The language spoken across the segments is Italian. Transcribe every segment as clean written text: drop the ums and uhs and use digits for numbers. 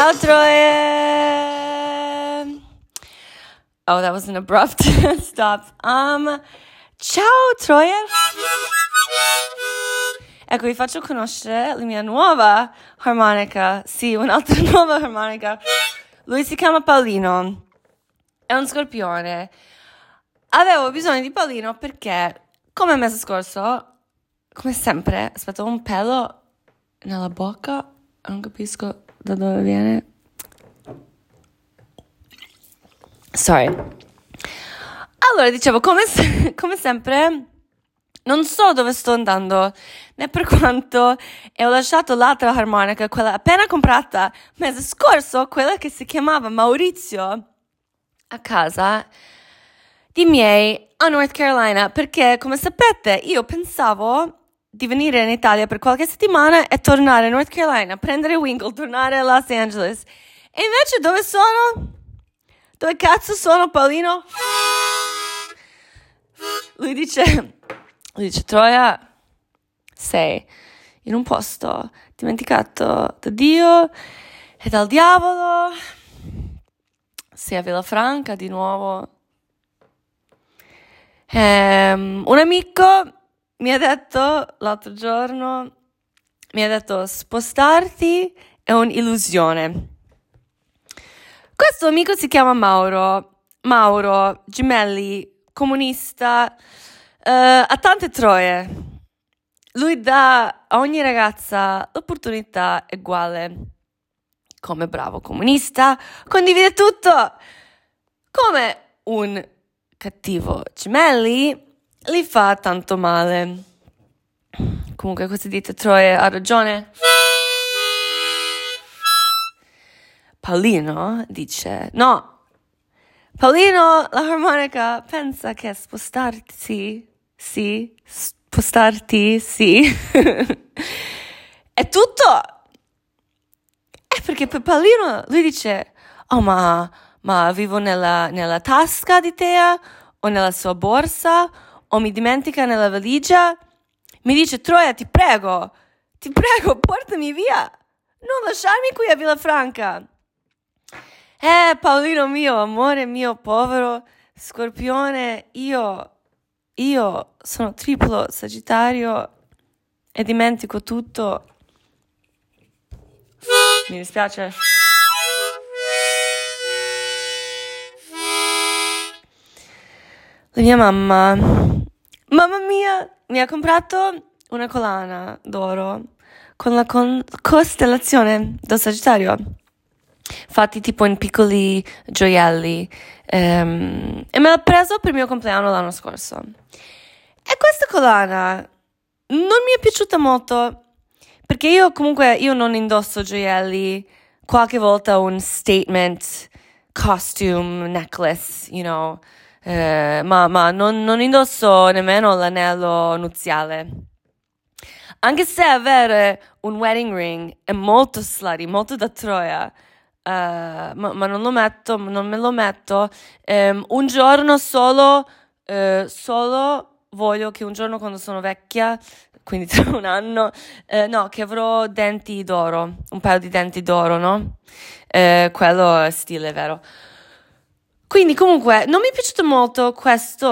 Ciao Troie! Oh, that was an abrupt stop. Ciao Troie! Ecco, vi faccio conoscere la mia nuova armonica. Sì, un'altra nuova armonica. Lui si chiama Paolino. È un scorpione. Avevo bisogno di Paolino perché, come il mese scorso, come sempre, aspetta, un pelo nella bocca. Non capisco da dove viene. Sorry. Allora, dicevo, come sempre, non so dove sto andando, né per quanto, e ho lasciato l'altra armonica, quella appena comprata mese scorso, quella che si chiamava Maurizio, a casa di miei a North Carolina, perché, come sapete, io pensavo di venire in Italia per qualche settimana e tornare a North Carolina, prendere Winkle, tornare a Los Angeles. E invece dove sono? Dove cazzo sono, Paolino? Lui dice, Troia, sei in un posto dimenticato da Dio e dal diavolo. Sei a Villafranca di nuovo. Un amico mi ha detto l'altro giorno, spostarti è un'illusione. Questo amico si chiama Mauro, gemelli, comunista, ha tante troie. Lui dà a ogni ragazza l'opportunità uguale. Come bravo comunista, condivide tutto. Come un cattivo gemelli, li fa tanto male. Comunque, cosa dite, Troie ha ragione? Paolino dice no. Paolino, la armonica, pensa che spostarti, sì. È tutto. È perché per Paolino, lui dice, oh ma vivo nella tasca di Tea, o nella sua borsa, o mi dimentica nella valigia. Mi dice, Troia, ti prego, portami via. Non lasciarmi qui a Villafranca. Paolino mio, amore mio, povero scorpione, io sono triplo Sagittario e dimentico tutto. Mi dispiace. La mia mamma mia, mi ha comprato una collana d'oro con la costellazione del Sagittario, fatti tipo in piccoli gioielli, e me l'ha preso per il mio compleanno l'anno scorso. E questa collana non mi è piaciuta molto, perché io non indosso gioielli, qualche volta un statement costume necklace, you know, ma non indosso nemmeno l'anello nuziale. Anche se avere un wedding ring è molto slutty, molto da Troia, ma non me lo metto. Un giorno solo voglio che un giorno, quando sono vecchia, quindi tra un anno, che avrò denti d'oro, un paio di denti d'oro, no? Quello è stile, vero? Quindi comunque non mi è piaciuto molto questa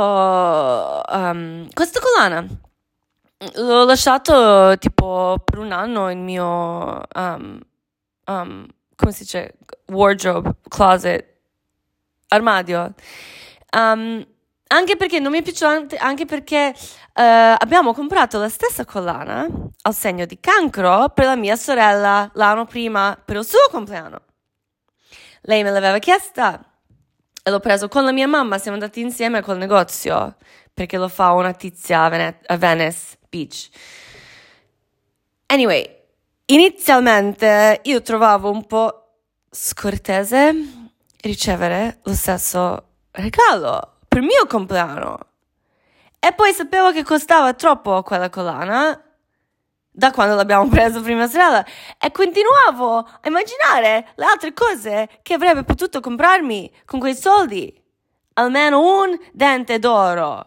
collana. L'ho lasciato tipo per un anno il mio come si dice, wardrobe, closet, armadio. Anche perché non mi è piaciuto, anche perché abbiamo comprato la stessa collana al segno di cancro per la mia sorella l'anno prima, per il suo compleanno. Lei me l'aveva chiesta e l'ho preso con la mia mamma, siamo andati insieme col negozio, perché lo fa una tizia a Venice Beach. Anyway, inizialmente io trovavo un po' scortese ricevere lo stesso regalo per il mio compleanno. E poi sapevo che costava troppo quella collana da quando l'abbiamo preso prima sorella, e continuavo a immaginare le altre cose che avrebbe potuto comprarmi con quei soldi. Almeno un dente d'oro.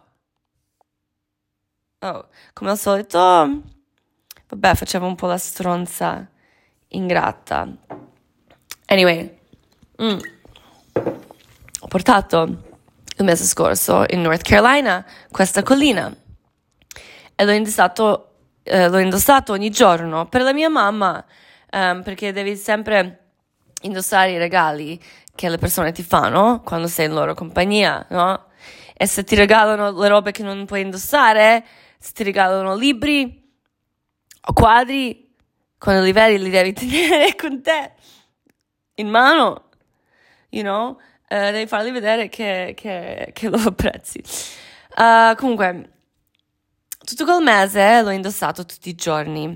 Oh, come al solito, vabbè, facevo un po' la stronza ingrata. Anyway, ho portato il mese scorso in North Carolina questa collina e l'ho indossato ogni giorno per la mia mamma, perché devi sempre indossare i regali che le persone ti fanno quando sei in loro compagnia, no? E se ti regalano le robe che non puoi indossare, se ti regalano libri o quadri, quando li vedi li devi tenere con te in mano, you know? Devi farli vedere che lo apprezzi. Comunque, tutto quel mese l'ho indossato tutti i giorni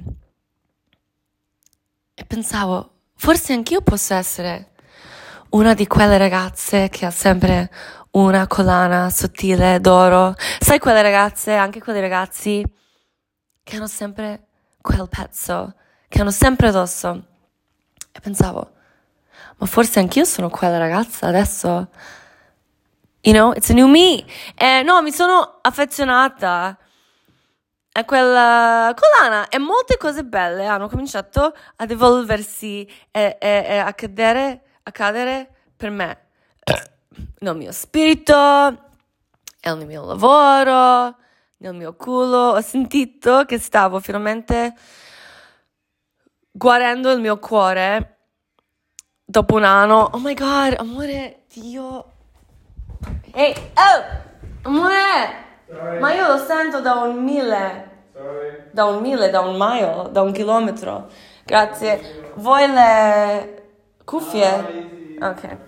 e pensavo, forse anch'io posso essere una di quelle ragazze che ha sempre una collana sottile d'oro. Sai, quelle ragazze, anche quei ragazzi che hanno sempre quel pezzo, che hanno sempre addosso. E pensavo, ma forse anch'io sono quella ragazza adesso. You know, it's a new me. E no, mi sono affezionata a quella collana e molte cose belle hanno cominciato ad evolversi e accadere per me. Nel mio spirito, nel mio lavoro, nel mio culo. Ho sentito che stavo finalmente guarendo il mio cuore dopo un anno. Oh my God, amore, Dio. Ehi, oh, amore. Sorry. Ma io lo sento da un 1000. Sorry. Da un mile, da un mile, da un chilometro. Grazie. Vuoi le cuffie? Ok.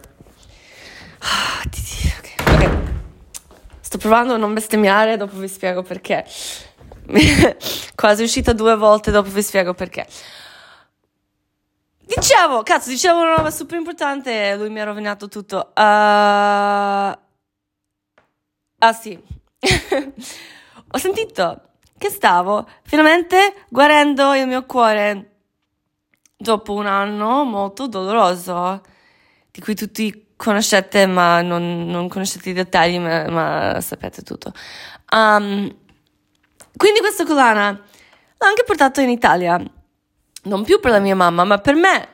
Ok. Sto provando a non bestemmiare, dopo vi spiego perché. Quasi uscita 2 volte, dopo vi spiego perché. Dicevo una roba super importante e lui mi ha rovinato tutto. Sì. Ho sentito che stavo finalmente guarendo il mio cuore dopo un anno molto doloroso, di cui tutti conoscete, ma non conoscete i dettagli, ma sapete tutto. Quindi questa collana l'ho anche portata in Italia, non più per la mia mamma, ma per me.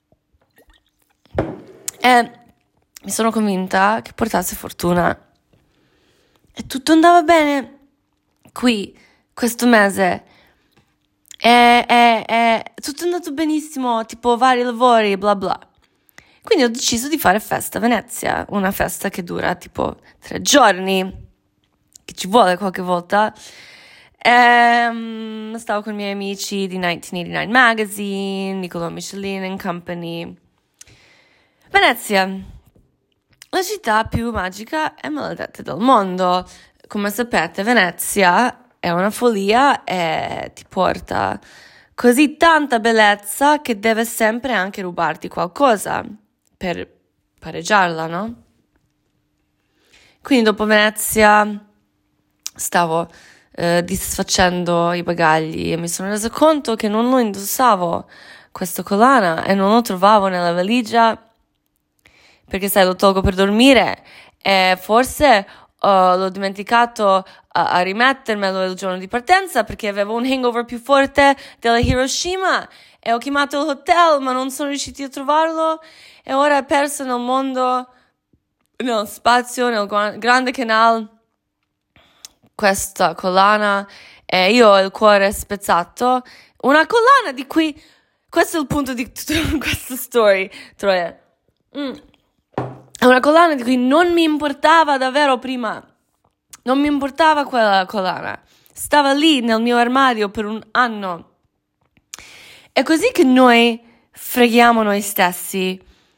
E mi sono convinta che portasse fortuna. E tutto andava bene qui, questo mese. E tutto è andato benissimo, tipo vari lavori, bla bla. Quindi ho deciso di fare festa a Venezia, una festa che dura tipo 3 giorni, che ci vuole qualche volta. Stavo con i miei amici di 1989 Magazine, Nicolò Michelin and Company. Venezia, la città più magica e maledetta del mondo. Come sapete, Venezia è una follia e ti porta così tanta bellezza che deve sempre anche rubarti qualcosa per pareggiarla, no? Quindi dopo Venezia stavo disfacendo i bagagli e mi sono resa conto che non lo indossavo questa collana e non lo trovavo nella valigia, perché sai, lo tolgo per dormire e forse l'ho dimenticato a rimettermelo il giorno di partenza perché avevo un hangover più forte della Hiroshima e ho chiamato l'hotel ma non sono riusciti a trovarlo e ora è perso nel mondo, nello spazio, nel grande canale, questa collana, e io ho il cuore spezzato. Una collana di cui, questo è il punto di tutta questa story, Troia. È una collana di cui non mi importava davvero prima. Non mi importava quella collana. Stava lì nel mio armadio per un anno. È così che noi freghiamo noi stessi.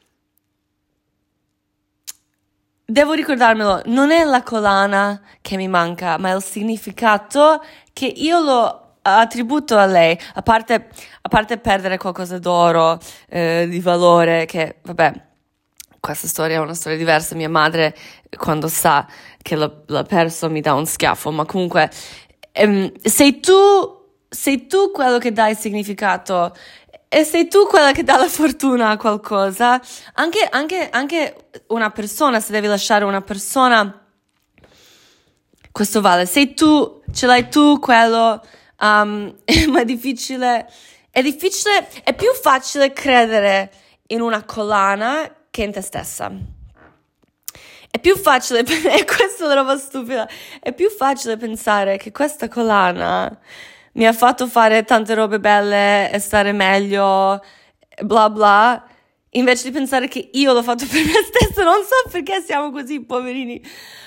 Devo ricordarmelo, non è la collana che mi manca, ma è il significato che io lo attributo a lei, a parte perdere qualcosa d'oro, di valore, che vabbè, questa storia è una storia diversa. Mia madre, quando sa che l'ha perso, mi dà un schiaffo, ma comunque sei tu quello che dà il significato e sei tu quella che dà la fortuna a qualcosa. Anche una persona, se devi lasciare una persona, questo vale. Sei tu, ce l'hai tu quello, ma è difficile, è più facile credere in una collana che in te stessa. È più facile, e questa è una roba stupida, è più facile pensare che questa collana mi ha fatto fare tante robe belle e stare meglio, bla bla, invece di pensare che io l'ho fatto per me stessa. Non so perché siamo così poverini.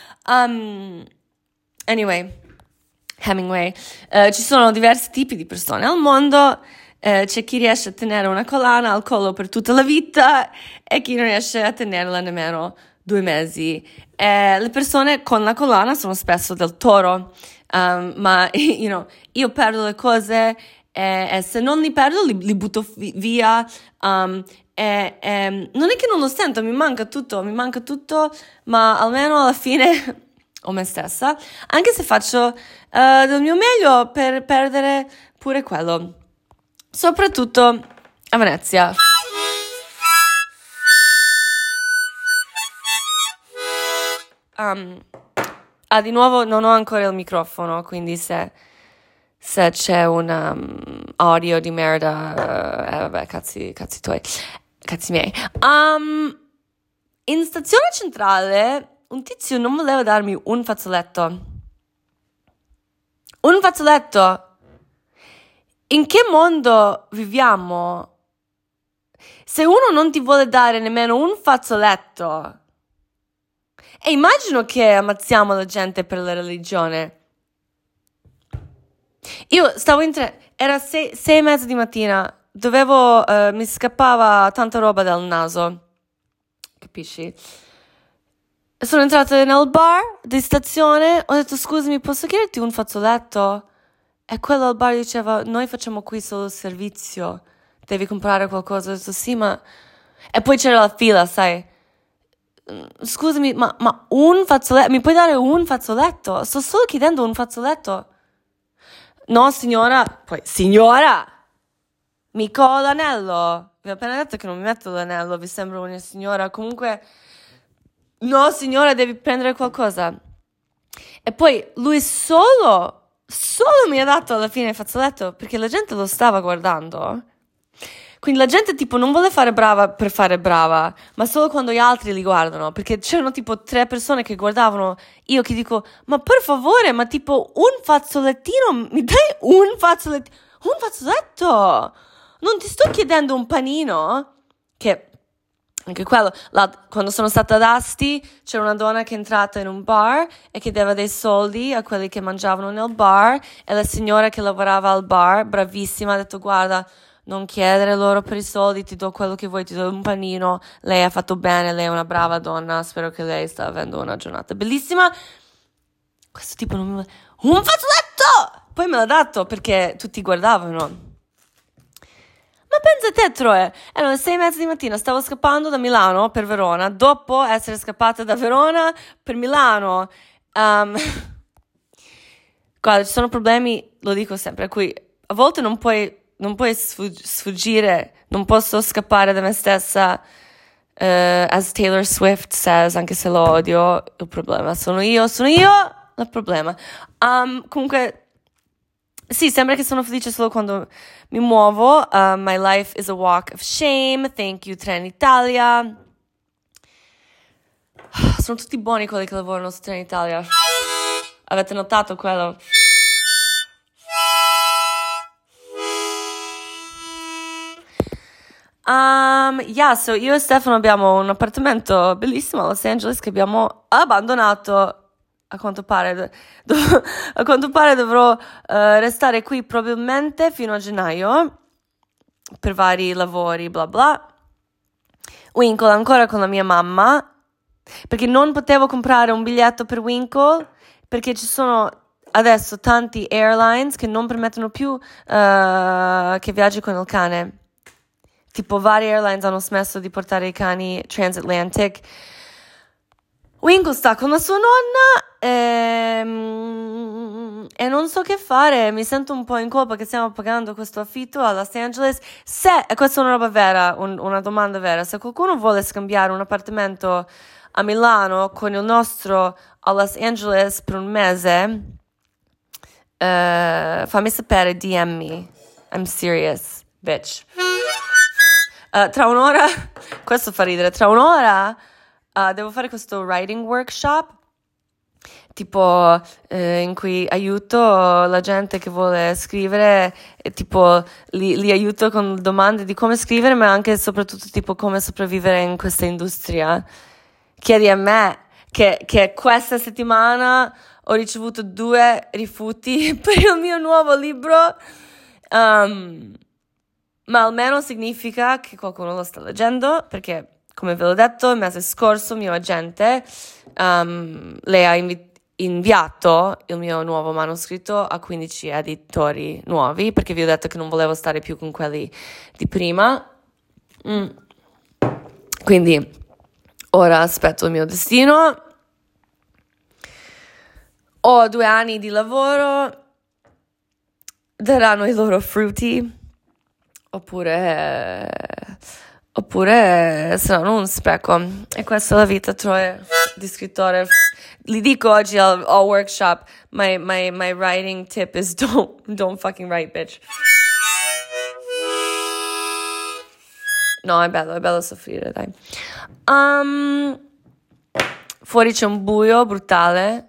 Anyway, Hemingway. Ci sono diversi tipi di persone al mondo. C'è chi riesce a tenere una collana al collo per tutta la vita e chi non riesce a tenerla nemmeno 2 mesi. Le persone con la collana sono spesso del toro, ma io perdo le cose e se non li perdo li butto via. Non è che non lo sento, mi manca tutto, ma almeno alla fine ho me stessa, anche se faccio del mio meglio per perdere pure quello, soprattutto a Venezia. Di nuovo non ho ancora il microfono, quindi se c'è un audio di merda, vabbè, cazzi tuoi, cazzi miei. In stazione centrale un tizio non voleva darmi un fazzoletto. Un fazzoletto? In che mondo viviamo? Se uno non ti vuole dare nemmeno un fazzoletto, e immagino che ammazziamo la gente per la religione. Io stavo era 6:30 di mattina, mi scappava tanta roba dal naso, capisci? Sono entrata nel bar di stazione, ho detto scusami, posso chiederti un fazzoletto? E quello al bar diceva, noi facciamo qui solo il servizio, devi comprare qualcosa. Ho detto sì, ma... E poi c'era la fila, sai? Scusami, ma un fazzoletto? Mi puoi dare un fazzoletto? Sto solo chiedendo un fazzoletto. No, signora. Poi, signora! Mica ho l'anello. Vi ho appena detto che non mi metto l'anello, vi sembra una signora. Comunque, no, signora, devi prendere qualcosa. E poi lui solo mi ha dato alla fine il fazzoletto perché la gente lo stava guardando. Quindi la gente tipo non vuole fare brava per fare brava, ma solo quando gli altri li guardano, perché c'erano tipo 3 persone che guardavano, io che dico, ma per favore, ma tipo un fazzolettino, mi dai un fazzolettino? Un fazzoletto! Non ti sto chiedendo un panino? Che... Anche quello, quando sono stata ad Asti c'era una donna che è entrata in un bar e chiedeva dei soldi a quelli che mangiavano nel bar e la signora che lavorava al bar, bravissima, ha detto guarda, non chiedere loro per i soldi, ti do quello che vuoi, ti do un panino, lei ha fatto bene, lei è una brava donna, spero che lei sta avendo una giornata bellissima. Questo tipo non mi vuole... Un fazzoletto! Poi me l'ha dato perché tutti guardavano. Ma pensa te, Troe, erano le 6:30 di mattina, stavo scappando da Milano per Verona, dopo essere scappata da Verona per Milano. Guarda, ci sono problemi, lo dico sempre, a cui a volte non puoi sfuggire, non posso scappare da me stessa, as Taylor Swift says, anche se lo odio, il problema sono io il problema. Comunque... Sì, sembra che sono felice solo quando mi muovo. My life is a walk of shame. Thank you, Trenitalia. Sono tutti buoni quelli che lavorano su Trenitalia. Avete notato quello? So io e Stefano abbiamo un appartamento bellissimo a Los Angeles che abbiamo abbandonato. A quanto pare dovrò restare qui probabilmente fino a gennaio per vari lavori, bla bla. Winkle ancora con la mia mamma, perché non potevo comprare un biglietto per Winkle, perché ci sono adesso tanti airlines che non permettono più che viaggi con il cane. Tipo vari airlines hanno smesso di portare i cani transatlantic. Winkle sta con la sua nonna e non so che fare, mi sento un po' in colpa che stiamo pagando questo affitto a Los Angeles. Questa è una roba vera, una domanda vera, se qualcuno vuole scambiare un appartamento a Milano con il nostro a Los Angeles per un mese, fammi sapere, DM me, I'm serious, bitch. Tra un'ora, questo fa ridere, tra un'ora devo fare questo writing workshop, tipo in cui aiuto la gente che vuole scrivere, e tipo li aiuto con domande di come scrivere, ma anche e soprattutto tipo come sopravvivere in questa industria. Chiedi a me che questa settimana ho ricevuto 2 rifiuti per il mio nuovo libro, ma almeno significa che qualcuno lo sta leggendo, perché come ve l'ho detto il mese scorso mio agente lei ha inviato il mio nuovo manoscritto a 15 editori nuovi, perché vi ho detto che non volevo stare più con quelli di prima. Quindi ora aspetto il mio destino. Ho 2 anni di lavoro, daranno i loro frutti, oppure saranno un spreco. E questa è la vita, Troy, di scrittore. Li dico oggi al workshop, my writing tip is don't fucking write, bitch. No, è bello soffrire, dai. Fuori c'è un buio brutale.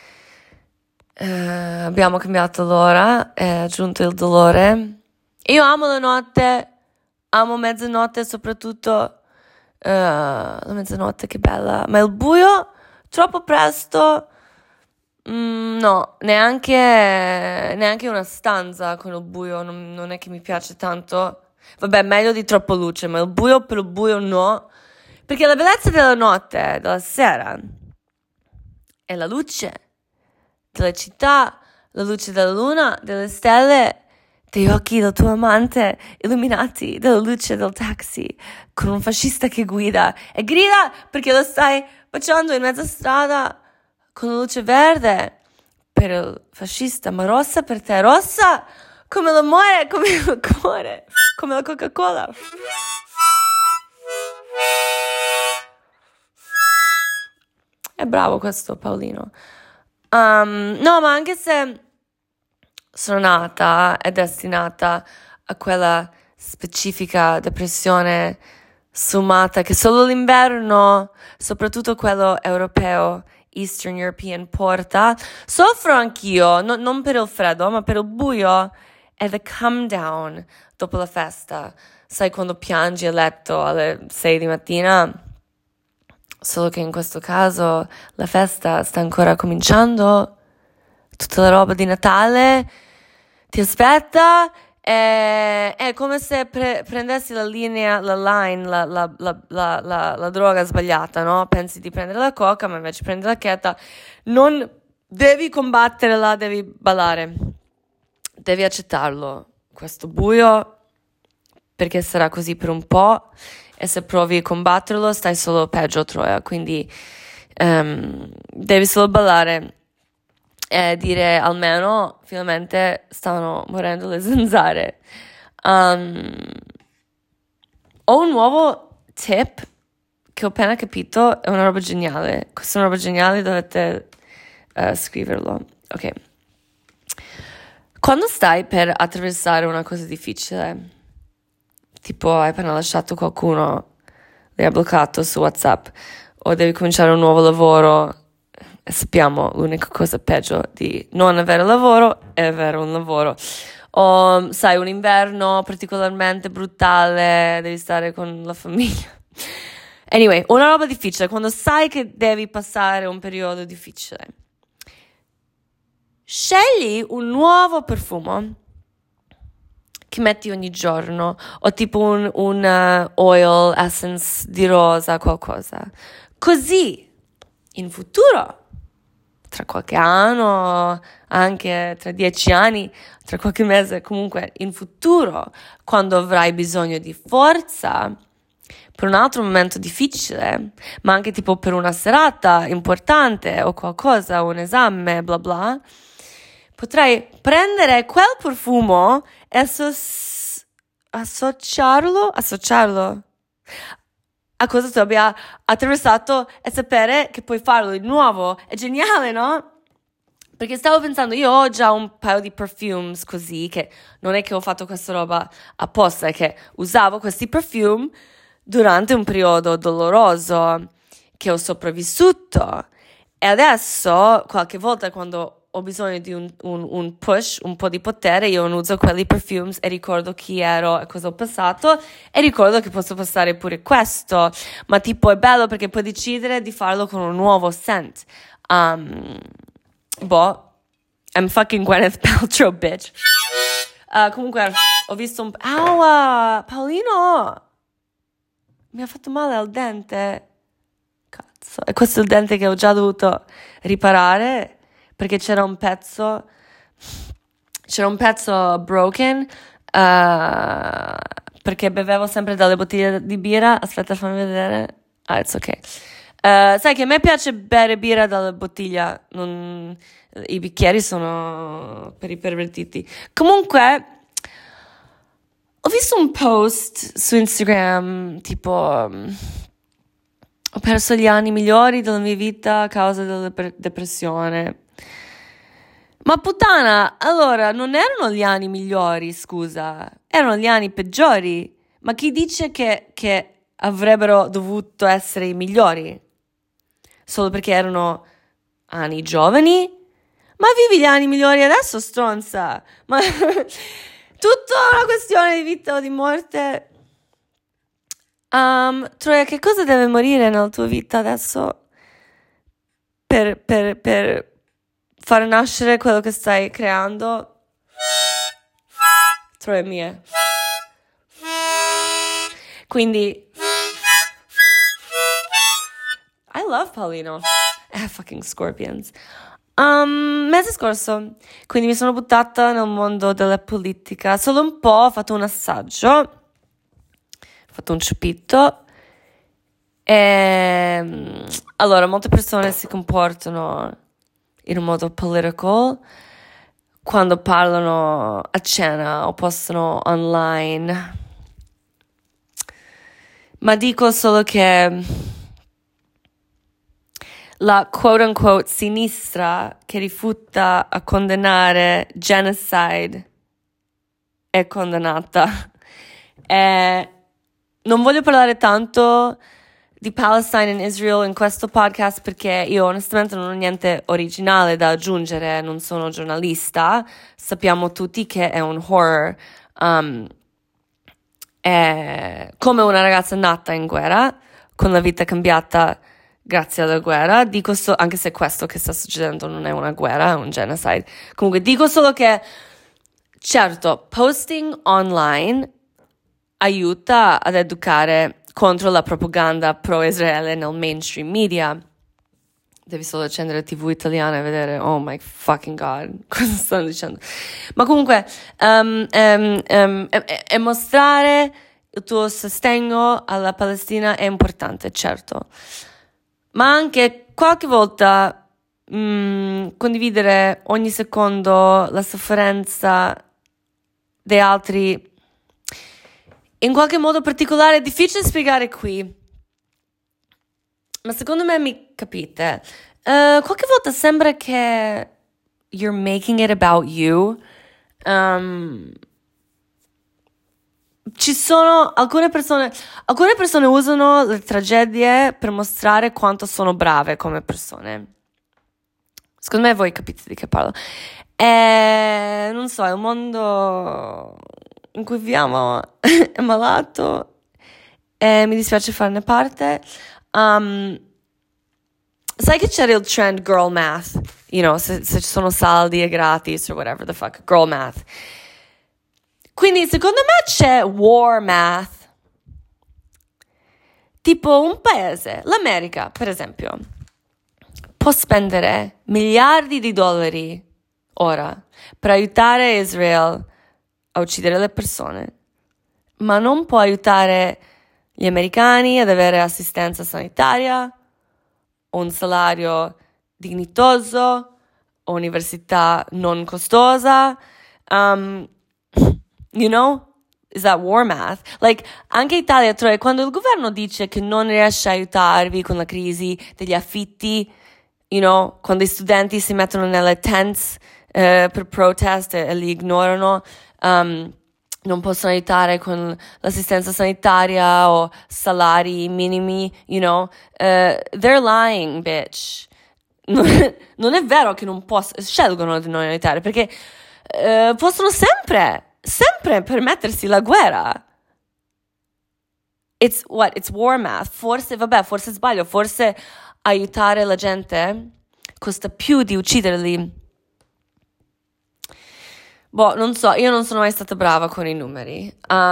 Abbiamo cambiato l'ora, è giunto il dolore. Io amo la notte, amo mezzanotte, soprattutto la mezzanotte, che bella. Ma il buio, troppo presto, no, neanche una stanza con il buio, non è che mi piace tanto. Vabbè, meglio di troppo luce, ma il buio per il buio no. Perché la bellezza della notte, della sera, è la luce della città, la luce della luna, delle stelle, degli occhi del tuo amante illuminati, della luce del taxi, con un fascista che guida e grida perché lo stai facendo in mezza strada con la luce verde per il fascista, ma rossa per te, rossa come l'amore, come il cuore, come la Coca-Cola. È bravo questo Paolino. No, ma anche se sono nata e destinata a quella specifica depressione sfumata che solo l'inverno, soprattutto quello europeo, Eastern European, porta, soffro anch'io, non per il freddo, ma per il buio e the come down dopo la festa. Sai, quando piangi a letto alle 6 di mattina? Solo che in questo caso la festa sta ancora cominciando, tutta la roba di Natale ti aspetta, è come se prendessi la droga sbagliata, no? Pensi di prendere la coca, ma invece prendi la cheta. Non devi combatterla, devi ballare, devi accettarlo, questo buio, perché sarà così per un po'. E se provi a combatterlo stai solo peggio, Troia, quindi devi solo ballare e dire almeno finalmente stanno morendo le zanzare. Ho un nuovo tip che ho appena capito, è una roba geniale. Questa è una roba geniale, dovete scriverlo. Ok. Quando stai per attraversare una cosa difficile, tipo hai appena lasciato qualcuno, l'hai bloccato su WhatsApp, o devi cominciare un nuovo lavoro, e sappiamo l'unica cosa peggio di non avere lavoro è avere un lavoro. O sai, un inverno particolarmente brutale, devi stare con la famiglia. Anyway, una roba difficile, quando sai che devi passare un periodo difficile, scegli un nuovo profumo che metti ogni giorno, o tipo un oil essence di rosa, qualcosa. Così, in futuro, tra qualche anno, anche tra 10 anni, tra qualche mese, comunque in futuro, quando avrai bisogno di forza per un altro momento difficile, ma anche tipo per una serata importante o qualcosa, un esame, bla bla, potrai prendere quel profumo e associarlo a cosa tu abbia attraversato e sapere che puoi farlo di nuovo. È geniale, no? Perché stavo pensando, io ho già un paio di perfumes così, che non è che ho fatto questa roba apposta, è che usavo questi perfume durante un periodo doloroso che ho sopravvissuto. E adesso, qualche volta, quando ho bisogno di un push, un po' di potere, io non uso quelli perfumes e ricordo chi ero e cosa ho passato e ricordo che posso passare pure questo. Ma tipo è bello perché puoi decidere di farlo con un nuovo scent. I'm fucking Gwyneth Paltrow, bitch. Comunque, ho visto un... Aua! Paolino! Mi ha fatto male al dente. Cazzo. E questo è il dente che ho già dovuto riparare perché c'era un pezzo broken perché bevevo sempre dalle bottiglie di birra. Aspetta, fammi vedere. It's ok. Sai che a me piace bere birra dalla bottiglia, i bicchieri sono per i pervertiti. Comunque, ho visto un post su Instagram, tipo, ho perso gli anni migliori della mia vita a causa della depressione. Ma puttana, allora, non erano gli anni migliori, scusa, erano gli anni peggiori. Ma chi dice che avrebbero dovuto essere i migliori? Solo perché erano anni giovani? Ma vivi gli anni migliori adesso, stronza! Ma tutta una questione di vita o di morte. Troia, che cosa deve morire nella tua vita adesso per far nascere quello che stai creando? Troia mia. Quindi I love Paolino. Fucking Scorpions. Mese scorso, quindi mi sono buttata nel mondo della politica, solo un po', ho fatto un assaggio, ho fatto un ciuppito e allora molte persone si comportano in un modo political quando parlano a cena o postano online, ma dico solo che la quote-unquote sinistra che rifiuta a condannare genocide è condannata. Non voglio parlare tanto di Palestine and Israel in questo podcast perché io onestamente non ho niente originale da aggiungere, non sono giornalista, sappiamo tutti che è un horror. È come una ragazza nata in guerra, con la vita cambiata grazie alla guerra, dico anche se questo che sta succedendo non è una guerra, è un genocide. Comunque dico solo che, certo, posting online aiuta ad educare contro la propaganda pro-Israele nel mainstream media. Devi solo accendere la TV italiana e vedere, oh my fucking god, cosa stanno dicendo. Ma comunque, e mostrare il tuo sostegno alla Palestina è importante, certo. Ma anche qualche volta condividere ogni secondo la sofferenza degli altri in qualche modo particolare è difficile spiegare qui, ma secondo me mi capite. Qualche volta sembra che you're making it about you. Ci sono alcune persone usano le tragedie per mostrare quanto sono brave come persone. Secondo me voi capite di che parlo. Non so, il mondo in cui viviamo è malato e mi dispiace farne parte. Sai che c'era il trend girl math? You know, se ci sono saldi e gratis or whatever the fuck, girl math. Quindi secondo me c'è war math. Tipo un paese, l'America per esempio, può spendere miliardi di dollari ora per aiutare Israele a uccidere le persone, ma non può aiutare gli americani ad avere assistenza sanitaria, o un salario dignitoso, o università non costosa. You know? Is that war math? Like, anche Italia, quando il governo dice che non riesce a aiutarvi con la crisi degli affitti, quando i studenti si mettono nelle tents per protest e li ignorano, non possono aiutare con l'assistenza sanitaria o salari minimi, they're lying, bitch. Non è vero che non scelgono di non aiutare, perché possono sempre permettersi la guerra. It's war math. Forse sbaglio, forse aiutare la gente costa più di ucciderli. Non so, io non sono mai stata brava con i numeri.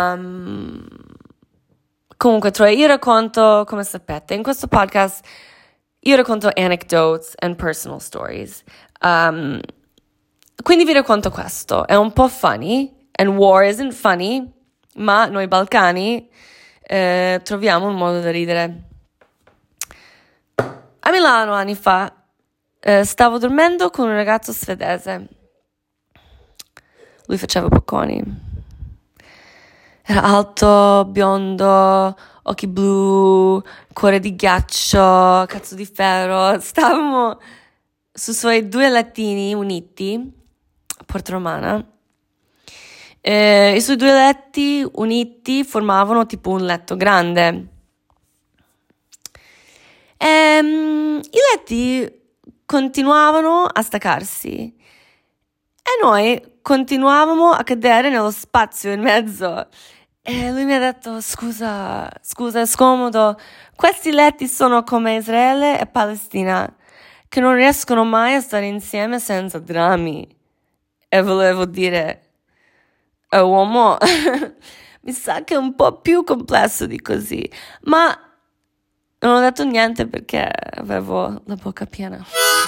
Comunque, Troy, io racconto, come sapete, in questo podcast io racconto anecdotes and personal stories. Quindi vi racconto questo. È un po' funny, and war isn't funny, ma noi Balcani troviamo un modo da ridere. A Milano, anni fa, stavo dormendo con un ragazzo svedese. Lui faceva bocconi. Era alto, biondo, occhi blu, cuore di ghiaccio, cazzo di ferro. Stavamo sui suoi 2 lettini uniti a Porto Romana. I suoi 2 letti uniti formavano tipo un letto grande. I letti continuavano a staccarsi e noi continuavamo a cadere nello spazio in mezzo. E lui mi ha detto: scusa, è scomodo, questi letti sono come Israele e Palestina, che non riescono mai a stare insieme senza drammi. E volevo dire: uomo, mi sa che è un po' più complesso di così, ma non ho detto niente perché avevo la bocca piena.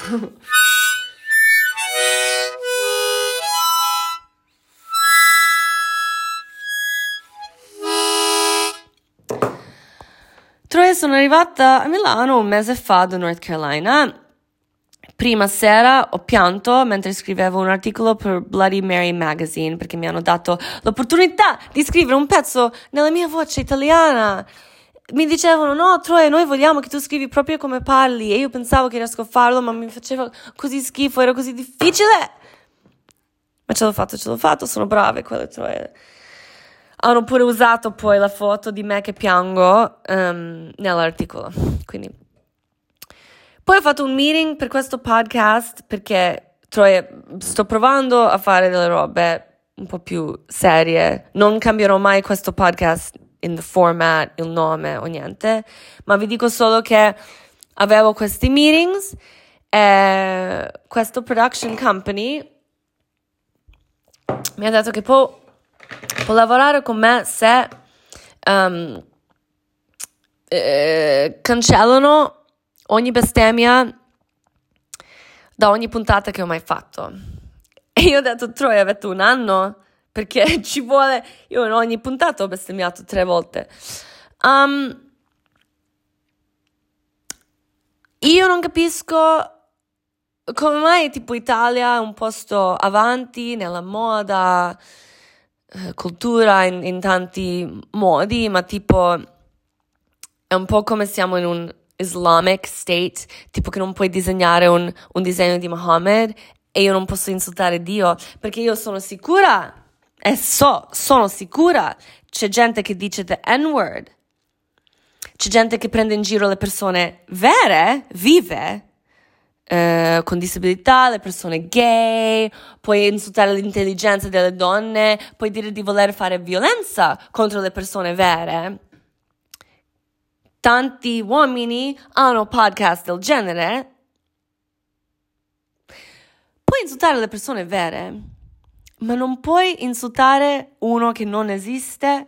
Troia, sono arrivata a Milano un mese fa da North Carolina. Prima sera ho pianto mentre scrivevo un articolo per Bloody Mary Magazine, perché mi hanno dato l'opportunità di scrivere un pezzo nella mia voce italiana. Mi dicevano: no, Troia, noi vogliamo che tu scrivi proprio come parli. E io pensavo che riesco a farlo, ma mi faceva così schifo, era così difficile. Ma ce l'ho fatto, sono brave quelle Troie. Hanno pure usato poi la foto di me che piango nell'articolo. Quindi poi ho fatto un meeting per questo podcast, perché Troia, sto provando a fare delle robe un po' più serie. Non cambierò mai questo podcast in the format, il nome o niente, ma vi dico solo che avevo questi meetings e questo production company mi ha detto che può lavorare con me se cancellano ogni bestemmia da ogni puntata che ho mai fatto. E io ho detto: Troia, avete un anno? Perché ci vuole... Io in ogni puntata ho bestemmiato 3 volte. Io non capisco come mai tipo Italia è un posto avanti nella moda, cultura, in tanti modi, ma tipo è un po' come siamo in un Islamic state, tipo che non puoi disegnare un disegno di Mohammed e io non posso insultare Dio, perché io sono sicura e sono sicura c'è gente che dice the N-word, c'è gente che prende in giro le persone vere, vive, con disabilità, le persone gay, puoi insultare l'intelligenza delle donne, puoi dire di voler fare violenza contro le persone vere. Tanti uomini hanno podcast del genere. Puoi insultare le persone vere, ma non puoi insultare uno che non esiste.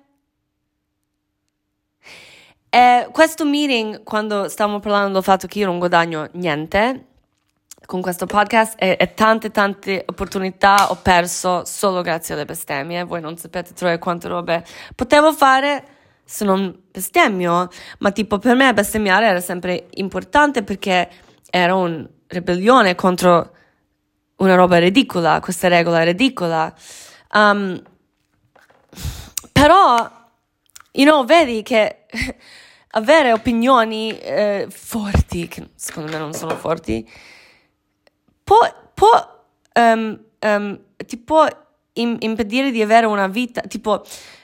E questo meeting, quando stavamo parlando del fatto che io non guadagno niente con questo podcast e tante opportunità ho perso solo grazie alle bestemmie. Voi non sapete Troia quante robe potevo fare se non bestemmio, ma tipo per me bestemmiare era sempre importante perché era una ribellione contro una roba ridicola, questa regola ridicola. Però, vedi che avere opinioni forti, che secondo me non sono forti, ti può impedire di avere una vita, tipo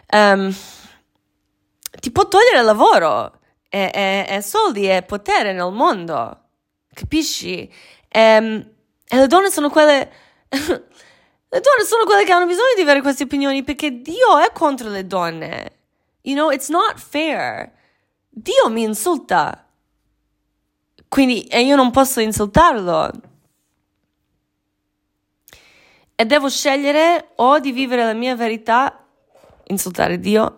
ti può togliere il lavoro e soldi e potere nel mondo, capisci? E le donne sono quelle le donne sono quelle che hanno bisogno di avere queste opinioni, perché Dio è contro le donne. You know, it's not fair. Dio mi insulta, quindi io non posso insultarlo. E devo scegliere o di vivere la mia verità, insultare Dio,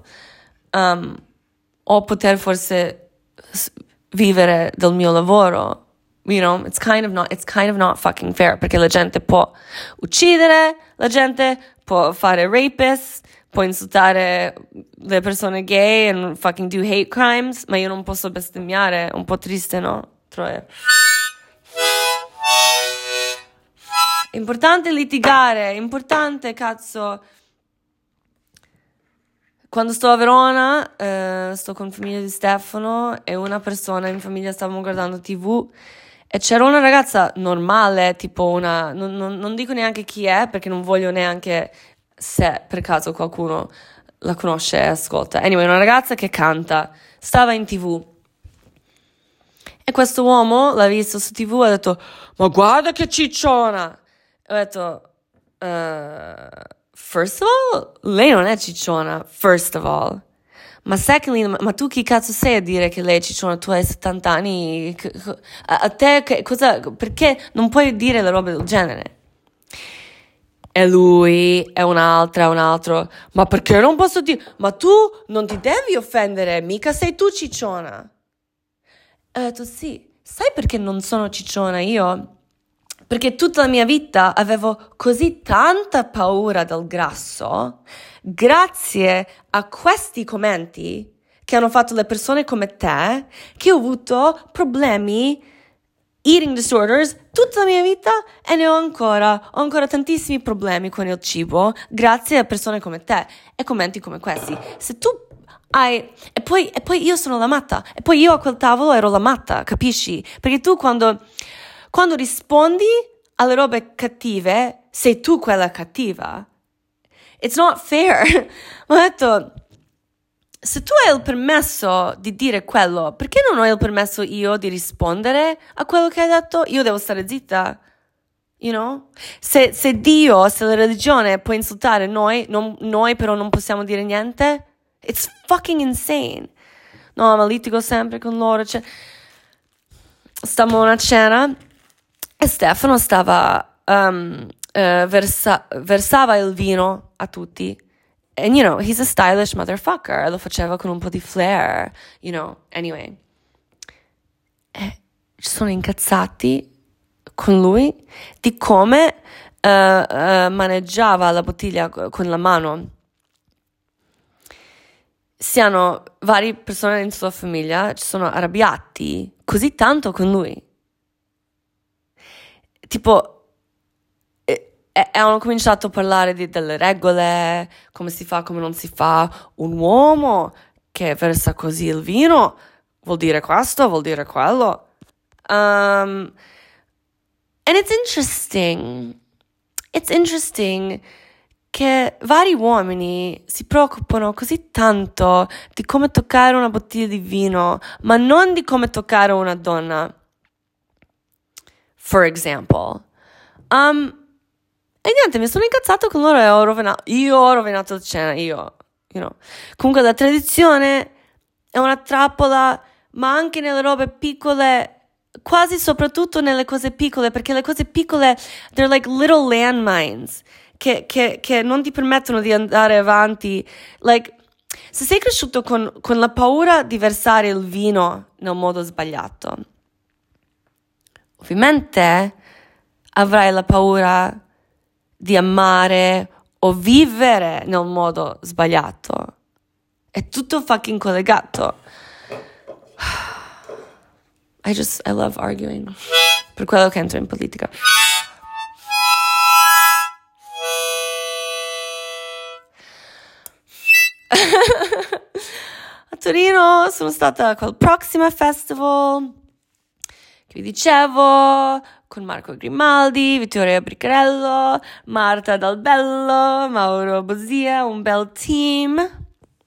o poter forse vivere del mio lavoro. You know, it's kind of not fucking fair, perché la gente può uccidere, la gente può fare rapist, può insultare le persone gay and fucking do hate crimes, ma io non posso bestemmiare. Un po' triste, no? Troia. È importante litigare, è importante, cazzo. Quando sto a Verona, sto con famiglia di Stefano e una persona in famiglia stavamo guardando TV e c'era una ragazza normale, tipo una... Non dico neanche chi è, perché non voglio neanche se per caso qualcuno la conosce e ascolta. Anyway, una ragazza che canta, stava in TV. E questo uomo l'ha visto su TV e ha detto, ma guarda che cicciona! E ho detto, first of all, lei non è cicciona, first of all. Ma secondly, ma tu chi cazzo sei a dire che lei è cicciona? Tu hai 70 anni, a te cosa, perché non puoi dire le robe del genere? E lui, e un altro, ma perché non posso dire? Ma tu non ti devi offendere, mica sei tu cicciona. E ho detto, sì, sai perché non sono cicciona io? Perché tutta la mia vita avevo così tanta paura del grasso, grazie a questi commenti che hanno fatto le persone come te, che ho avuto problemi, eating disorders, tutta la mia vita e ne ho ancora tantissimi problemi con il cibo, grazie a persone come te e commenti come questi. Se tu hai... E poi io sono la matta, e poi io a quel tavolo ero la matta, capisci? Perché tu quando rispondi alle robe cattive, sei tu quella cattiva. It's not fair. Ho detto, se tu hai il permesso di dire quello, perché non ho il permesso io di rispondere a quello che hai detto? Io devo stare zitta. You know? Se Dio, se la religione può insultare noi però non possiamo dire niente, it's fucking insane. No, ma litigo sempre con loro. Cioè, stavamo a una cena e Stefano versava il vino a tutti. And, you know, he's a stylish motherfucker. Lo faceva con un po' di flair, you know. Anyway. E ci sono incazzati con lui di come maneggiava la bottiglia con la mano. Siano varie persone in sua famiglia, ci sono arrabbiati così tanto con lui. Tipo, hanno cominciato a parlare delle regole, come si fa, come non si fa. Un uomo che versa così il vino vuol dire questo, vuol dire quello. And it's interesting. It's interesting che vari uomini si preoccupano così tanto di come toccare una bottiglia di vino, ma non di come toccare una donna. For example. E niente, mi sono incazzato con loro e ho rovinato la cena, you know. Comunque la tradizione è una trappola, ma anche nelle robe piccole, quasi soprattutto nelle cose piccole, perché le cose piccole, they're like little landmines, che non ti permettono di andare avanti. Like, se sei cresciuto con la paura di versare il vino nel modo sbagliato, ovviamente avrai la paura di amare o vivere nel modo sbagliato. È tutto fucking collegato. I love arguing. Per quello che entro in politica. Torino sono stata col Proxima Festival, che vi dicevo, con Marco Grimaldi, Vittorio Bricarello, Marta Dalbello, Mauro Bosia, un bel team.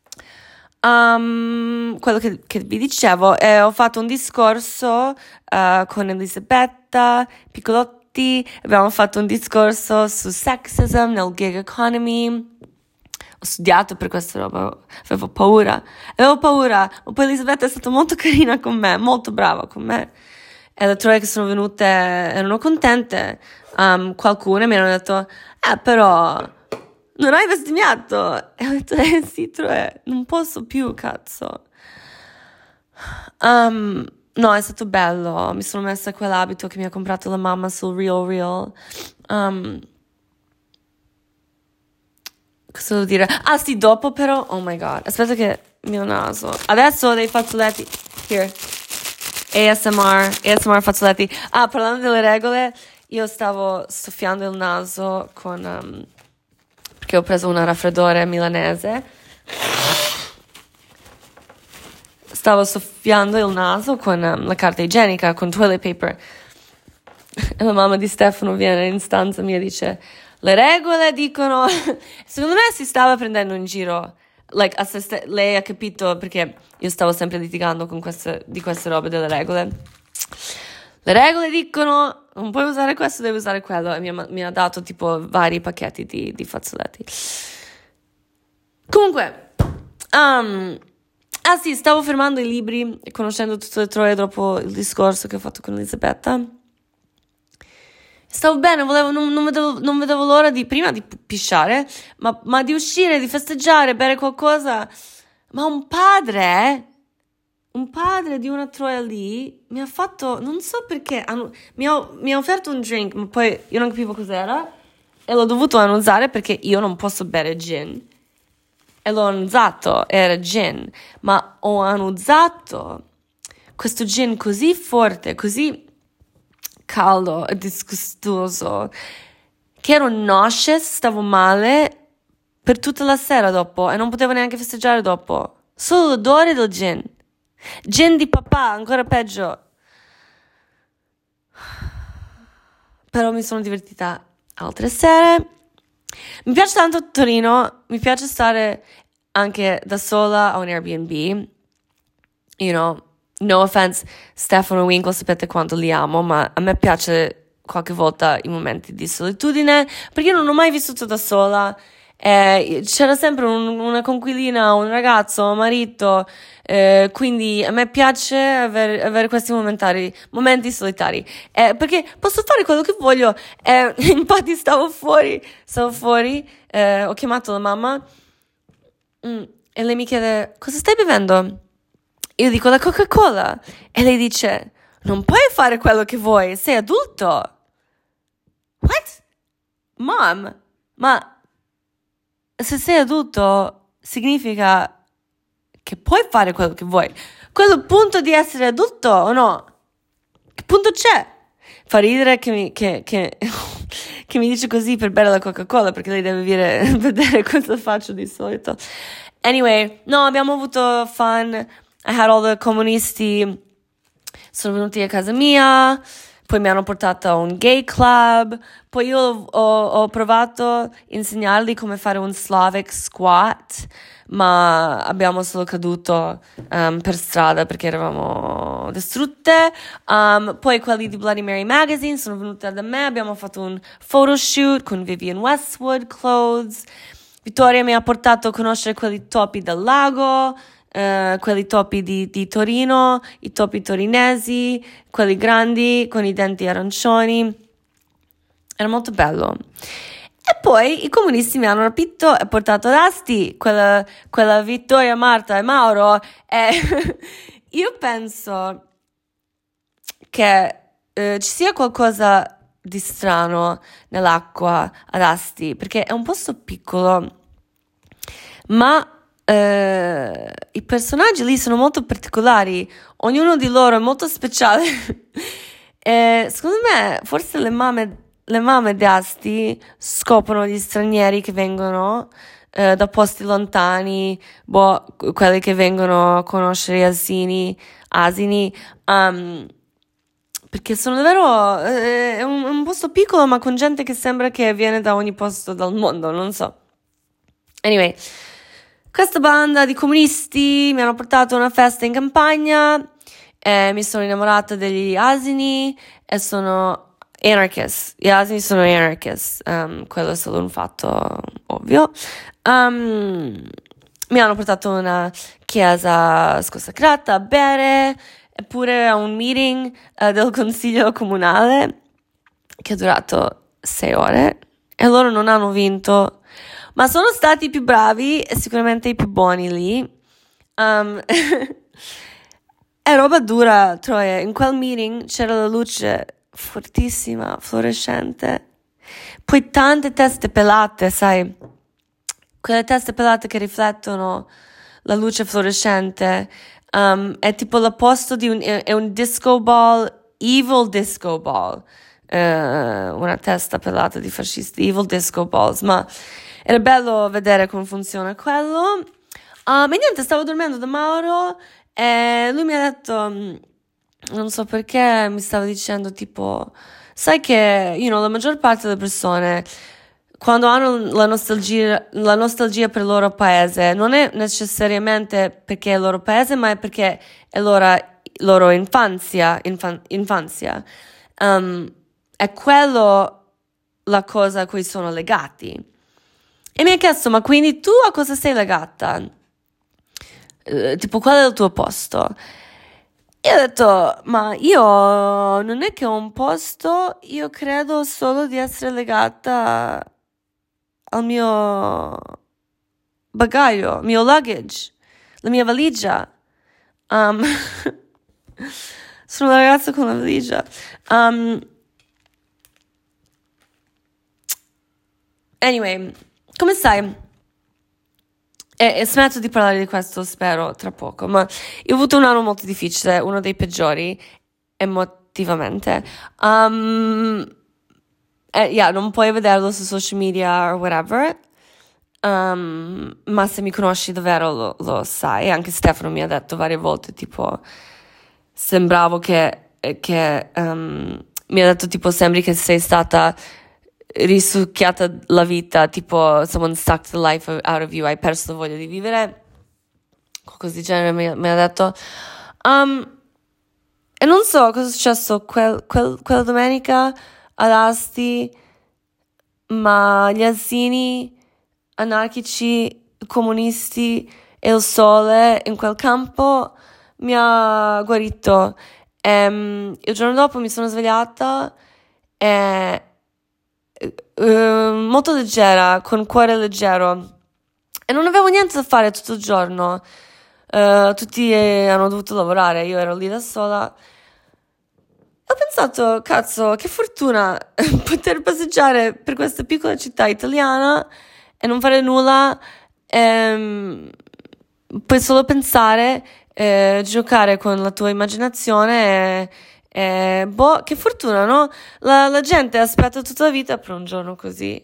Quello che vi dicevo, ho fatto un discorso con Elisabetta Piccolotti, abbiamo fatto un discorso su sexism nel gig economy. Ho studiato per questa roba, avevo paura, ma poi Elisabetta è stata molto carina con me, molto brava con me, e le troie che sono venute erano contente. Qualcune mi hanno detto, però non hai bestemmiato? E ho detto, sì, Troie, non posso più, cazzo. No, è stato bello. Mi sono messa quell'abito che mi ha comprato la mamma sul Real. Cosa devo dire? Ah, sì, dopo però, oh my god. Aspetta che il mio naso. Adesso ho dei fazzoletti. Here. ASMR fazzoletti. Parlando delle regole, io stavo soffiando il naso con... perché ho preso un raffreddore milanese. Stavo soffiando il naso con la carta igienica, con toilet paper. E la mamma di Stefano viene in stanza mia e dice, le regole dicono... Secondo me si stava prendendo in giro. Like, lei ha capito, perché io stavo sempre litigando di queste robe delle regole. Le regole dicono, non puoi usare questo, devi usare quello. E mi ha dato tipo vari pacchetti di fazzoletti. Comunque, sì, stavo fermando i libri e conoscendo tutte le troie dopo il discorso che ho fatto con Elisabetta. Stavo bene, non vedevo l'ora di pisciare, ma di uscire, di festeggiare, bere qualcosa. Ma un padre di una troia lì mi ha fatto, non so perché, mi ha offerto un drink, ma poi io non capivo cos'era e l'ho dovuto annusare perché io non posso bere gin. E l'ho annusato, era gin, ma ho annusato questo gin così forte, così caldo e disgustoso, che ero nauseous, stavo male per tutta la sera dopo e non potevo neanche festeggiare dopo. Solo l'odore del gin. Gin di papà, ancora peggio. Però mi sono divertita altre sere. Mi piace tanto Torino, mi piace stare anche da sola a un Airbnb. You know, no offense, Stefano Winkle, sapete quanto li amo, ma a me piace qualche volta i momenti di solitudine, perché io non ho mai vissuto da sola. C'era sempre una conquilina, un ragazzo, un marito, quindi a me piace avere questi momenti solitari, perché posso fare quello che voglio. Infatti stavo fuori, ho chiamato la mamma e lei mi chiede, cosa stai bevendo? Io dico la Coca-Cola e lei dice, non puoi fare quello che vuoi, sei adulto. What? Mom, ma se sei adulto significa che puoi fare quello che vuoi. Quello è il punto di essere adulto o no? Che punto c'è? Fa ridere che mi dice così per bere la Coca-Cola, perché lei deve vedere cosa faccio di solito. Anyway, no, abbiamo avuto fun. I had all the comunisti sono venuti a casa mia, poi mi hanno portato a un gay club, poi io ho provato a insegnargli come fare un Slavic squat, ma abbiamo solo caduto per strada perché eravamo distrutte. Poi quelli di Bloody Mary Magazine sono venuti da me, abbiamo fatto un photoshoot con Vivienne Westwood Clothes. Vittoria mi ha portato a conoscere quelli topi del lago, quelli topi di Torino, i topi torinesi, quelli grandi con i denti arancioni. Era molto bello. E poi i comunisti mi hanno rapito e portato ad Asti, quella Vittoria, Marta e Mauro. E io penso che ci sia qualcosa di strano nell'acqua ad Asti, perché è un posto piccolo, ma i personaggi lì sono molto particolari, ognuno di loro è molto speciale. E secondo me forse le mamme di Asti scoprono gli stranieri che vengono da posti lontani, quelli che vengono a conoscere gli asini, perché sono davvero, è un posto piccolo ma con gente che sembra che viene da ogni posto del mondo, non so. Anyway, questa banda di comunisti mi hanno portato a una festa in campagna, mi sono innamorata degli asini e sono anarchist. Gli asini sono anarchist, quello è solo un fatto ovvio. Mi hanno portato a una chiesa sconsacrata a bere, eppure a un meeting del consiglio comunale che è durato 6 ore e loro non hanno vinto, ma sono stati i più bravi e sicuramente i più buoni lì. È roba dura, Troia. In quel meeting c'era la luce fortissima, fluorescente, poi tante teste pelate, sai, quelle teste pelate che riflettono la luce fluorescente. È tipo l'opposto è un disco ball, evil disco ball, una testa pelata di fascisti, evil disco balls, ma era bello vedere come funziona quello. E niente, stavo dormendo da Mauro e lui mi ha detto, non so perché, mi stava dicendo tipo, sai che, la maggior parte delle persone, quando hanno la nostalgia per il loro paese, non è necessariamente perché è il loro paese, ma è perché è loro infanzia. È quello la cosa a cui sono legati. E mi ha chiesto, ma quindi tu a cosa sei legata? Tipo, qual è il tuo posto? E ho detto, ma io non è che ho un posto, io credo solo di essere legata al mio bagaglio, mio luggage, la mia valigia. Sono una ragazza con la valigia. Anyway, come stai? E smetto di parlare di questo, spero, tra poco, ma io ho avuto un anno molto difficile, uno dei peggiori, emotivamente. Non puoi vederlo su social media or whatever, ma se mi conosci davvero lo sai. Anche Stefano mi ha detto varie volte, tipo, sembravo che mi ha detto, tipo, sembri che sei stata risucchiata la vita, tipo someone sucked the life out of you, hai perso la voglia di vivere, qualcosa di genere mi ha detto. E non so cosa è successo quella domenica ad Asti, ma gli asini anarchici, comunisti e il sole in quel campo mi ha guarito. Il giorno dopo mi sono svegliata e molto leggera, con cuore leggero, e non avevo niente da fare tutto il giorno. Tutti hanno dovuto lavorare, io ero lì da sola. Ho pensato, cazzo, che fortuna poter passeggiare per questa piccola città italiana e non fare nulla, puoi solo pensare, giocare con la tua immaginazione che fortuna, no? La gente aspetta tutta la vita per un giorno così.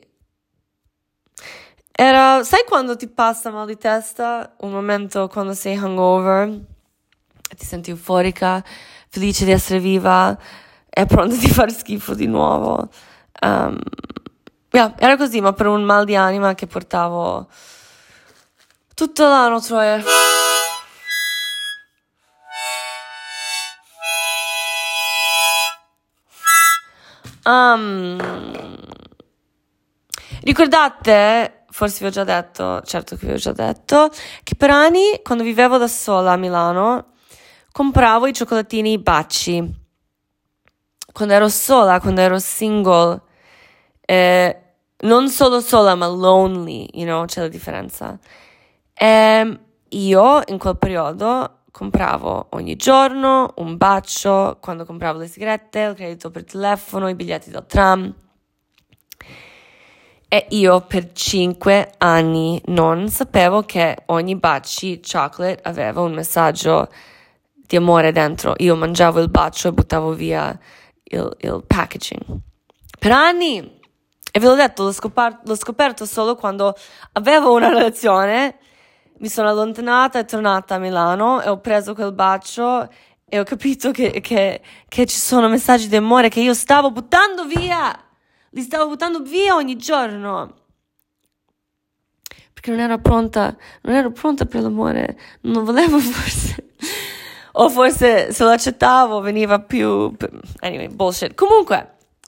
Sai quando ti passa mal di testa? Un momento quando sei hungover e ti senti euforica, felice di essere viva e pronta di fare schifo di nuovo. Era così, ma per un mal di anima che portavo tutto l'anno, Troia. Ricordate, forse vi ho già detto, certo che vi ho già detto, che per anni, quando vivevo da sola a Milano, compravo i cioccolatini Baci. Quando ero sola, quando ero single, non solo sola, ma lonely, c'è la differenza. Io, in quel periodo, compravo ogni giorno un bacio, quando compravo le sigarette, il credito per telefono, i biglietti del tram. E io per 5 anni non sapevo che ogni Baci chocolate aveva un messaggio di amore dentro. Io mangiavo il bacio e buttavo via il packaging. Per anni. E ve l'ho detto, l'ho scoperto solo quando avevo una relazione, mi sono allontanata e tornata a Milano e ho preso quel bacio e ho capito che ci sono messaggi di amore che io stavo buttando via, li stavo buttando via ogni giorno. Perché non ero pronta per l'amore, non volevo forse, o forse se lo accettavo veniva più, anyway, bullshit. Comunque,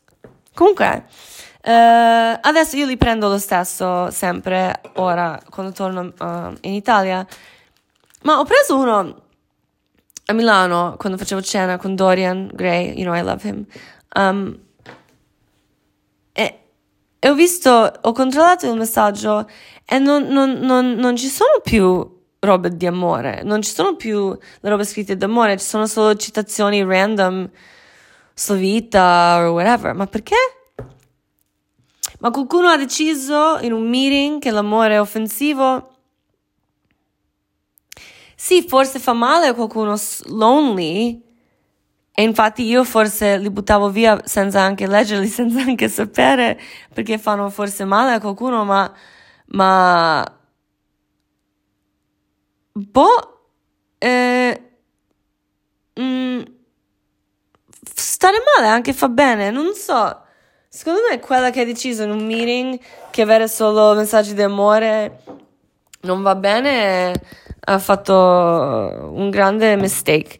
adesso io li prendo lo stesso sempre, ora, quando torno in Italia, ma ho preso uno a Milano, quando facevo cena con Dorian Gray, I love him, e ho controllato il messaggio e non ci sono più robe di amore, non ci sono più le robe scritte d'amore, ci sono solo citazioni random, Slovita o whatever. Ma perché? Ma qualcuno ha deciso in un meeting che l'amore è offensivo? Sì, forse fa male a qualcuno lonely, e infatti io forse li buttavo via senza anche leggerli, senza anche sapere, perché fanno forse male a qualcuno, ma stare male anche fa bene, non so. Secondo me quella che ha deciso in un meeting che avere solo messaggi di amore non va bene, ha fatto un grande mistake.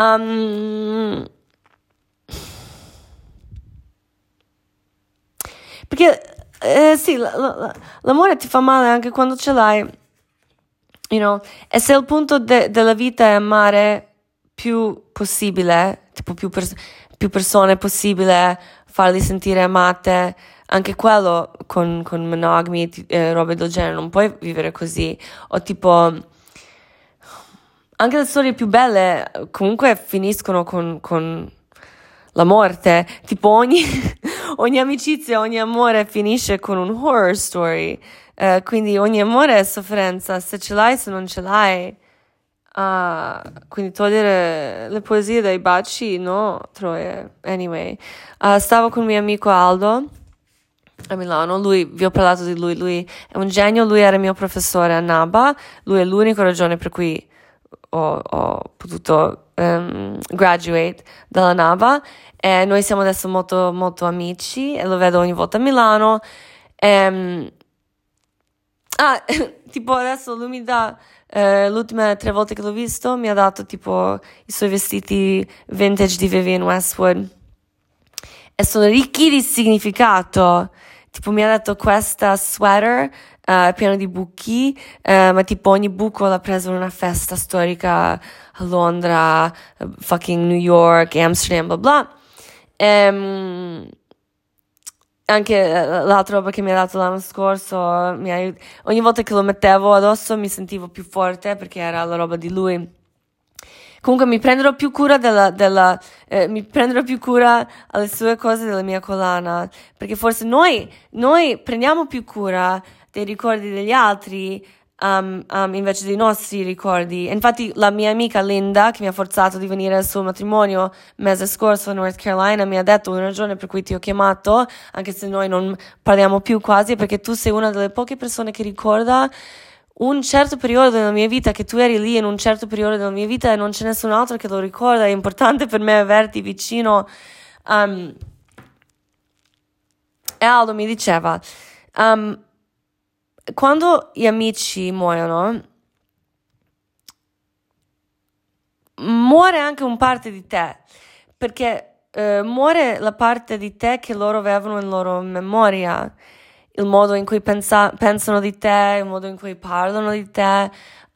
Perché sì, l'amore ti fa male anche quando ce l'hai, e se il punto della vita è amare più possibile, tipo più persone possibile, farli sentire amate, anche quello con monogami, robe del genere, non puoi vivere così, o tipo anche le storie più belle comunque finiscono con la morte, tipo ogni amicizia, ogni amore finisce con un horror story, quindi ogni amore è sofferenza, se ce l'hai, se non ce l'hai. Quindi togliere le poesie dai baci, no, Troie. Anyway, stavo con il mio amico Aldo a Milano, vi ho parlato di lui è un genio, lui era mio professore a NABA, lui è l'unica ragione per cui ho potuto graduate dalla NABA, e noi siamo adesso molto, molto amici e lo vedo ogni volta a Milano. Tipo adesso lui mi dà, le ultime 3 volte che l'ho visto, mi ha dato tipo i suoi vestiti vintage di Vivienne Westwood e sono ricchi di significato. Tipo mi ha detto questa sweater pieno di buchi, ma tipo ogni buco l'ha preso in una festa storica a Londra, fucking New York, Amsterdam, bla bla. Anche l'altra roba che mi ha dato l'anno scorso, ogni volta che lo mettevo addosso mi sentivo più forte perché era la roba di lui. Comunque mi prenderò più cura mi prenderò più cura alle sue cose della mia collana, perché forse noi prendiamo più cura dei ricordi degli altri invece dei nostri ricordi. Infatti la mia amica Linda, che mi ha forzato di venire al suo matrimonio mese scorso a North Carolina, mi ha detto una ragione per cui ti ho chiamato, anche se noi non parliamo più quasi, perché tu sei una delle poche persone che ricorda un certo periodo della mia vita, che tu eri lì in un certo periodo della mia vita e non c'è nessun altro che lo ricorda. È importante per me averti vicino. E Aldo mi diceva, quando gli amici muoiono, muore anche un parte di te, perché muore la parte di te che loro avevano in loro memoria, il modo in cui pensano di te, il modo in cui parlano di te,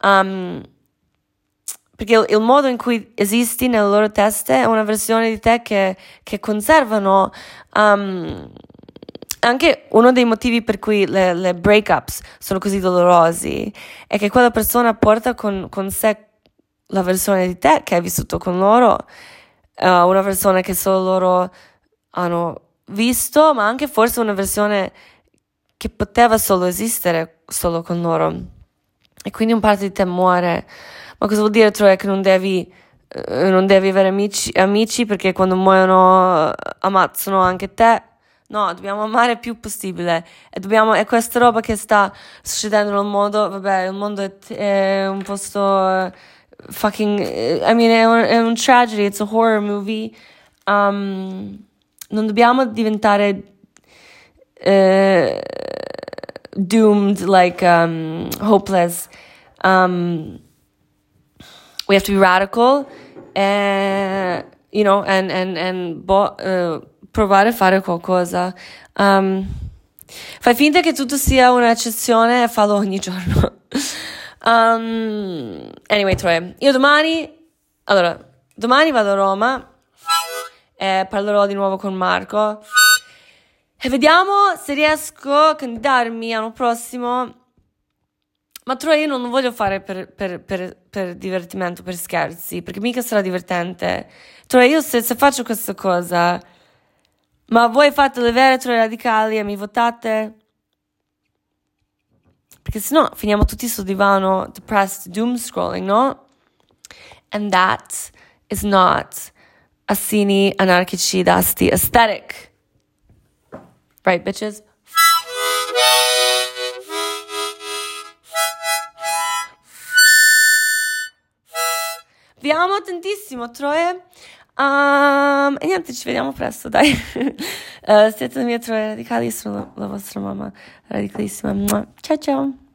perché il modo in cui esisti nelle loro teste è una versione di te che conservano. Anche uno dei motivi per cui le breakups sono così dolorosi è che quella persona porta con sé la versione di te che hai vissuto con loro, una versione che solo loro hanno visto, ma anche forse una versione che poteva solo esistere solo con loro, e quindi un parte di te muore. Ma cosa vuol dire, Troia, che non devi avere amici perché quando muoiono ammazzano anche te? No, dobbiamo amare il più possibile. E questa roba che sta succedendo nel mondo, vabbè, il mondo è un posto fucking, I mean, è un tragedy, it's a horror movie. Non dobbiamo diventare doomed, like hopeless. We have to be radical, you know, and provare a fare qualcosa. Fai finta che tutto sia un'eccezione e fallo ogni giorno. Anyway, Troy, io domani vado a Roma e parlerò di nuovo con Marco e vediamo se riesco a candidarmi l'anno prossimo. Ma Troy, io non lo voglio fare per divertimento, per scherzi, perché mica sarà divertente. Troy, io se faccio questa cosa, ma voi fate le vere Troy radicali e mi votate? Perché sennò finiamo tutti sul divano, depressed, doom scrolling, no? And that is not assini anarchici dasti aesthetic. Right, bitches? Vi amo tantissimo, Troie. E niente, ci vediamo presto, dai. Siete le mie Troie radicali, sono la vostra mamma radicalissima. Ciao ciao.